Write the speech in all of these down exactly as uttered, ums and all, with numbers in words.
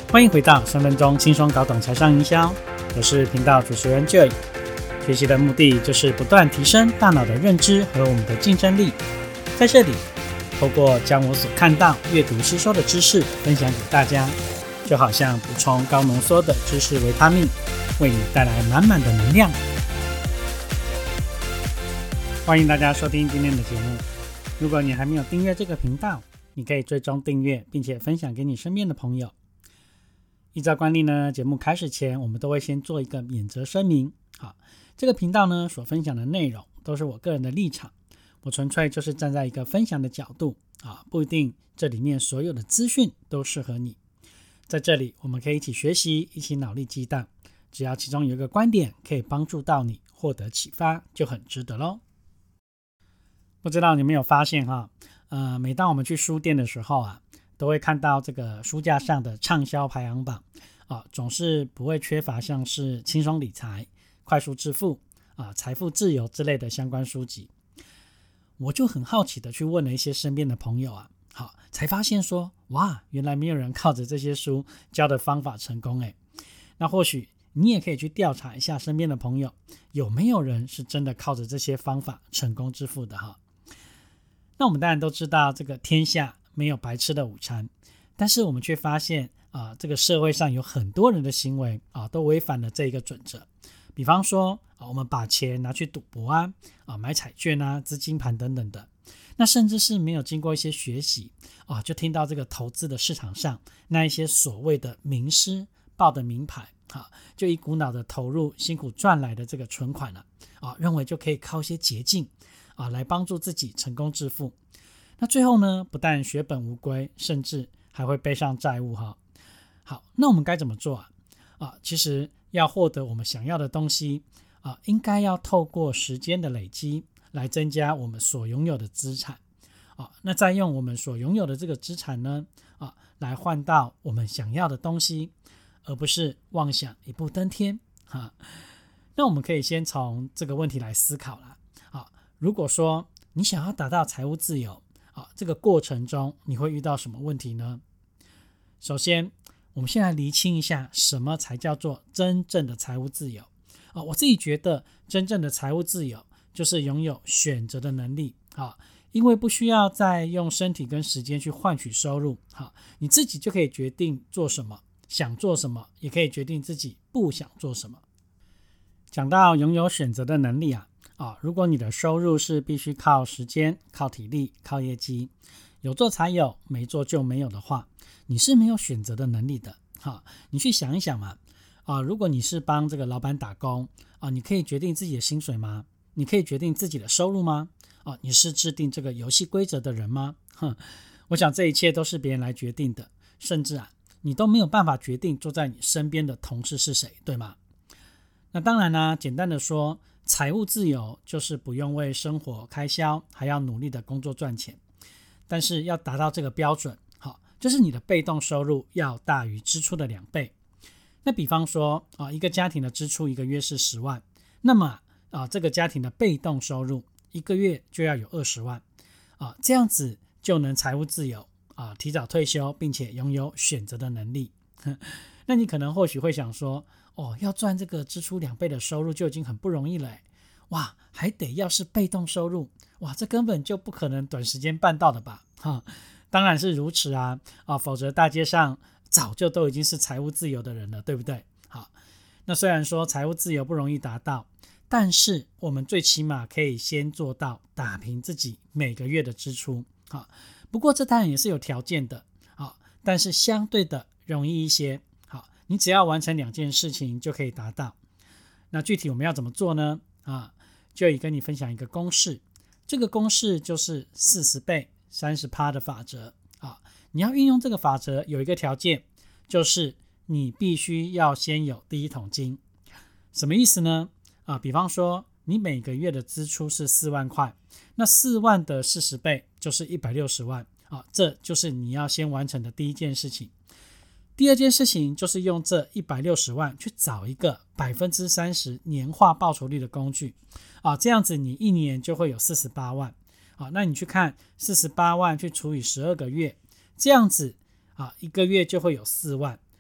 欢迎回到三分钟轻松搞懂财商营销，我是频道主持人 Joy。 学习的目的就是不断提升大脑的认知和我们的竞争力。在这里，透过将我所看到、阅读、吸收的知识分享给大家，就好像补充高浓缩的知识维他命，为你带来满满的能量。欢迎大家收听今天的节目。如果你还没有订阅这个频道，你可以追踪订阅，并且分享给你身边的朋友。依照惯例呢，节目开始前我们都会先做一个免责声明。好，这个频道呢所分享的内容都是我个人的立场，我纯粹就是站在一个分享的角度啊，不一定这里面所有的资讯都适合你。在这里我们可以一起学习，一起脑力激荡，只要其中有一个观点可以帮助到你获得启发，就很值得咯。不知道你有没有发现哈，呃，每当我们去书店的时候啊，都会看到这个书架上的畅销排行榜啊，总是不会缺乏像是轻松理财、快速致富啊、财富自由之类的相关书籍。我就很好奇的去问了一些身边的朋友啊，好，才发现说，哇，原来没有人靠着这些书教的方法成功诶。那或许你也可以去调查一下身边的朋友，有没有人是真的靠着这些方法成功致富的哈。那我们当然都知道，这个天下没有白吃的午餐，但是我们却发现啊，这个社会上有很多人的行为啊，都违反了这一个准则。比方说啊，我们把钱拿去赌博啊，啊买彩券啊、资金盘等等的，那甚至是没有经过一些学习啊，就听到这个投资的市场上那一些所谓的名师报的名牌啊，就一股脑的投入辛苦赚来的这个存款了啊，认为就可以靠一些捷径啊来帮助自己成功致富。那最后呢，不但血本无归，甚至还会背上债务哈。好，那我们该怎么做啊？啊，其实要获得我们想要的东西啊，应该要透过时间的累积来增加我们所拥有的资产啊。那再用我们所拥有的这个资产呢，啊，来换到我们想要的东西，而不是妄想一步登天哈。那我们可以先从这个问题来思考啦。啊，如果说你想要达到财务自由，啊，这个过程中你会遇到什么问题呢？首先，我们先来厘清一下什么才叫做真正的财务自由。啊，我自己觉得真正的财务自由就是拥有选择的能力。啊，因为不需要再用身体跟时间去换取收入。啊，你自己就可以决定做什么，想做什么，也可以决定自己不想做什么。讲到拥有选择的能力啊，啊，如果你的收入是必须靠时间、靠体力、靠业绩，有做才有，没做就没有的话，你是没有选择的能力的。啊，你去想一想嘛，啊，如果你是帮这个老板打工啊，你可以决定自己的薪水吗？你可以决定自己的收入吗？啊，你是制定这个游戏规则的人吗？哼，我想这一切都是别人来决定的，甚至啊，你都没有办法决定坐在你身边的同事是谁，对吗？那当然啦，简单的说，财务自由就是不用为生活开销，还要努力的工作赚钱。但是要达到这个标准，好，就是你的被动收入要大于支出的两倍。那比方说啊，一个家庭的支出一个月是十万，那么啊，这个家庭的被动收入一个月就要有二十万啊，这样子就能财务自由啊，提早退休，并且拥有选择的能力。那你可能或许会想说，哦，要赚这个支出两倍的收入就已经很不容易了诶，哇，还得要是被动收入，哇，这根本就不可能短时间办到的吧？哈，当然是如此啊，啊，否则大街上早就都已经是财务自由的人了，对不对？好，那虽然说财务自由不容易达到，但是我们最起码可以先做到打平自己每个月的支出。好，不过这当然也是有条件的，好，但是相对的容易一些。好，你只要完成两件事情就可以达到。那具体我们要怎么做呢？啊，就以跟你分享一个公式，这个公式就是四十倍 百分之三十 的法则。啊，你要运用这个法则有一个条件，就是你必须要先有第一桶金。什么意思呢？啊，比方说你每个月的支出是四万块，那四万的四十倍就是一百六十万。啊，这就是你要先完成的第一件事情。第二件事情就是用这一百六十万去找一个 百分之三十 年化报酬率的工具啊，这样子你一年就会有四十八万啊。那你去看四十八万去除以十二个月，这样子啊，一个月就会有四万。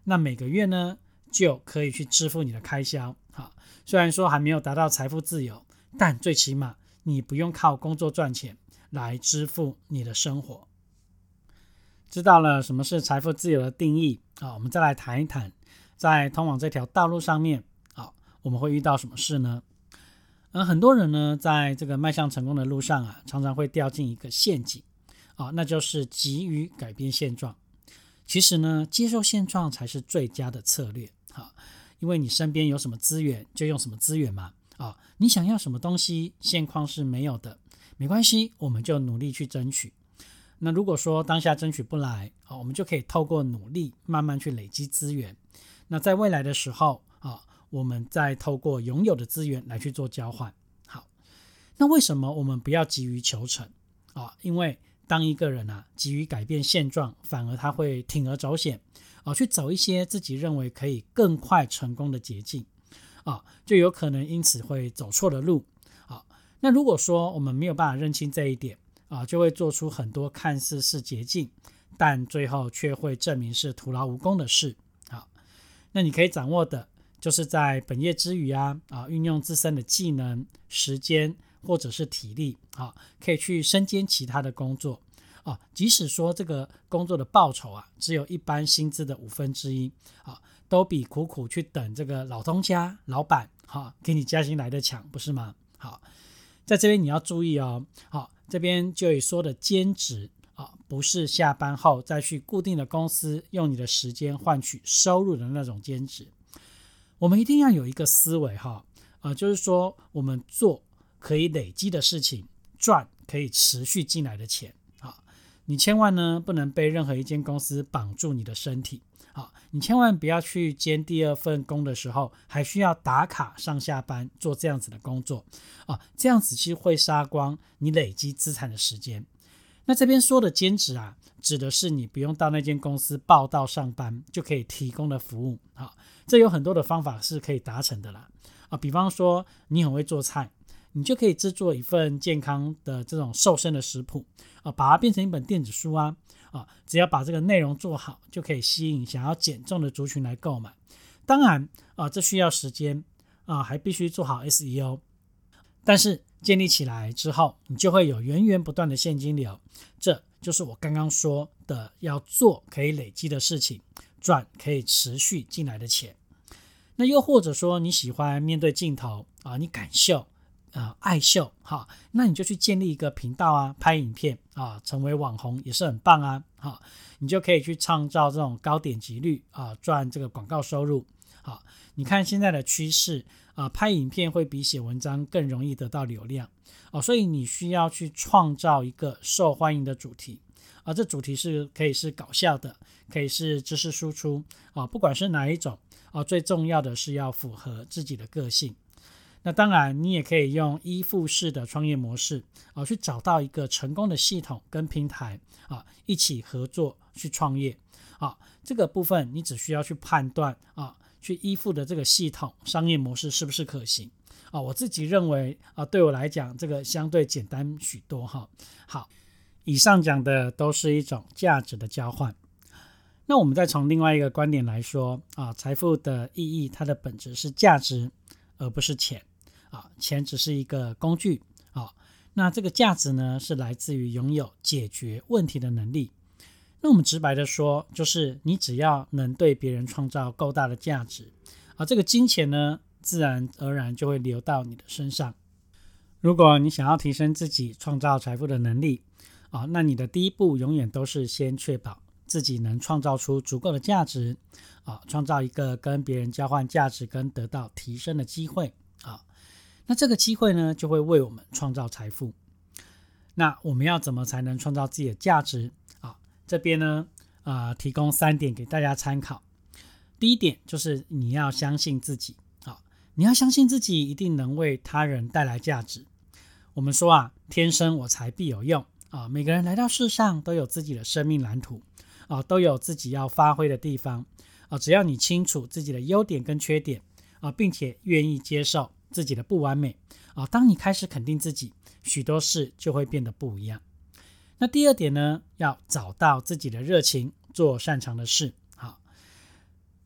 那每个月呢就可以去支付你的开销。好，虽然说还没有达到财富自由，但最起码你不用靠工作赚钱来支付你的生活。知道了什么是财富自由的定义啊，我们再来谈一谈，在通往这条道路上面啊，我们会遇到什么事呢？而很多人呢，在这个迈向成功的路上啊，常常会掉进一个陷阱啊，那就是急于改变现状。其实呢，接受现状才是最佳的策略啊，因为你身边有什么资源就用什么资源嘛啊，你想要什么东西，现况是没有的，没关系，我们就努力去争取。那如果说当下争取不来，我们就可以透过努力慢慢去累积资源。那在未来的时候，我们再透过拥有的资源来去做交换。好，那为什么我们不要急于求成？因为当一个人啊急于改变现状，反而他会铤而走险，去走一些自己认为可以更快成功的捷径，就有可能因此会走错了路。那如果说我们没有办法认清这一点，啊，就会做出很多看似是捷径，但最后却会证明是徒劳无功的事。好，那你可以掌握的就是在本业之余啊，啊运用自身的技能、时间或者是体力，啊，可以去身兼其他的工作。啊，即使说这个工作的报酬啊，只有一般薪资的五分之一，啊，都比苦苦去等这个老东家、老板，啊，给你加薪来的强，不是吗？好，在这边你要注意哦，好。这边就以说的兼职啊，不是下班后再去固定的公司用你的时间换取收入的那种兼职。我们一定要有一个思维哈，呃，就是说我们做可以累积的事情，赚可以持续进来的钱啊。你千万呢不能被任何一间公司绑住你的身体啊，你千万不要去兼第二份工的时候还需要打卡上下班做这样子的工作啊，这样子其实会杀光你累积资产的时间。那这边说的兼职啊，指的是你不用到那间公司报到上班就可以提供的服务啊，这有很多的方法是可以达成的啦啊，比方说你很会做菜，你就可以制作一份健康的这种瘦身的食谱啊，把它变成一本电子书啊啊，只要把这个内容做好，就可以吸引想要减重的族群来购买。当然啊，这需要时间啊，还必须做好 S E O。但是建立起来之后，你就会有源源不断的现金流，这就是我刚刚说的要做可以累积的事情，赚可以持续进来的钱。那又或者说你喜欢面对镜头啊，你敢秀啊，爱秀哈，那你就去建立一个频道啊，拍影片啊，成为网红也是很棒啊，哈，你就可以去创造这种高点击率啊，赚这个广告收入。好，你看现在的趋势啊，拍影片会比写文章更容易得到流量哦，所以你需要去创造一个受欢迎的主题啊，这主题是可以是搞笑的，可以是知识输出啊，不管是哪一种啊，最重要的是要符合自己的个性。那当然你也可以用依附式的创业模式啊，去找到一个成功的系统跟平台啊，一起合作去创业啊，这个部分你只需要去判断啊，去依附的这个系统商业模式是不是可行啊？我自己认为啊，对我来讲这个相对简单许多哈。好，以上讲的都是一种价值的交换。那我们再从另外一个观点来说啊，财富的意义它的本质是价值，而不是钱啊，钱只是一个工具啊。那这个价值呢，是来自于拥有解决问题的能力。那我们直白的说，就是你只要能对别人创造够大的价值啊，这个金钱呢，自然而然就会流到你的身上。如果你想要提升自己创造财富的能力啊，那你的第一步永远都是先确保自己能创造出足够的价值啊，创造一个跟别人交换价值跟得到提升的机会啊。那这个机会呢，就会为我们创造财富。那我们要怎么才能创造自己的价值啊？这边呢，呃，提供三点给大家参考。第一点就是你要相信自己啊，你要相信自己一定能为他人带来价值。我们说啊，天生我材必有用啊，每个人来到世上都有自己的生命蓝图啊，都有自己要发挥的地方啊，只要你清楚自己的优点跟缺点啊，并且愿意接受自己的不完美啊，当你开始肯定自己，许多事就会变得不一样。那第二点呢，要找到自己的热情，做擅长的事。好，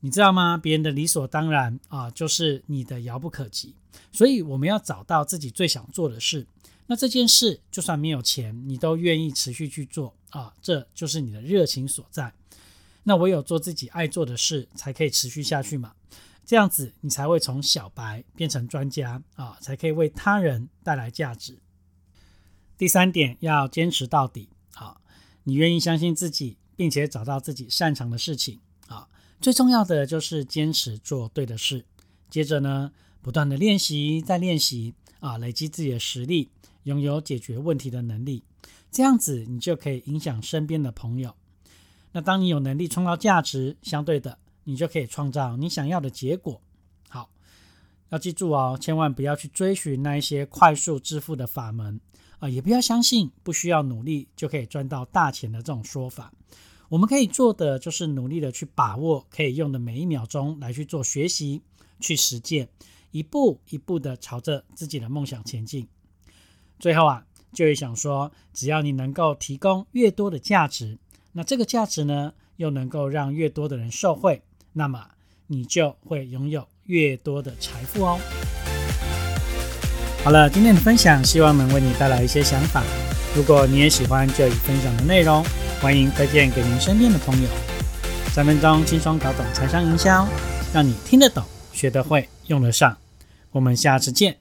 你知道吗？别人的理所当然啊，就是你的遥不可及。所以我们要找到自己最想做的事，那这件事就算没有钱，你都愿意持续去做啊，这就是你的热情所在。那唯有做自己爱做的事，才可以持续下去嘛。这样子你才会从小白变成专家啊，才可以为他人带来价值。第三点，要坚持到底啊，你愿意相信自己，并且找到自己擅长的事情啊。最重要的就是坚持做对的事，接着呢，不断的练习，再练习啊，累积自己的实力，拥有解决问题的能力，这样子你就可以影响身边的朋友。那当你有能力创造价值，相对的，你就可以创造你想要的结果。好，要记住哦，千万不要去追寻那一些快速致富的法门啊，也不要相信不需要努力就可以赚到大钱的这种说法。我们可以做的就是努力的去把握可以用的每一秒钟来去做学习，去实践，一步一步的朝着自己的梦想前进。最后啊，就会想说，只要你能够提供越多的价值，那这个价值呢，又能够让越多的人受惠，那么你就会拥有越多的财富哦。好了，今天的分享希望能为你带来一些想法。如果你也喜欢这里分享的内容，欢迎推荐给您身边的朋友。三分钟轻松搞懂财商营销，让你听得懂、学得会、用得上。我们下次见。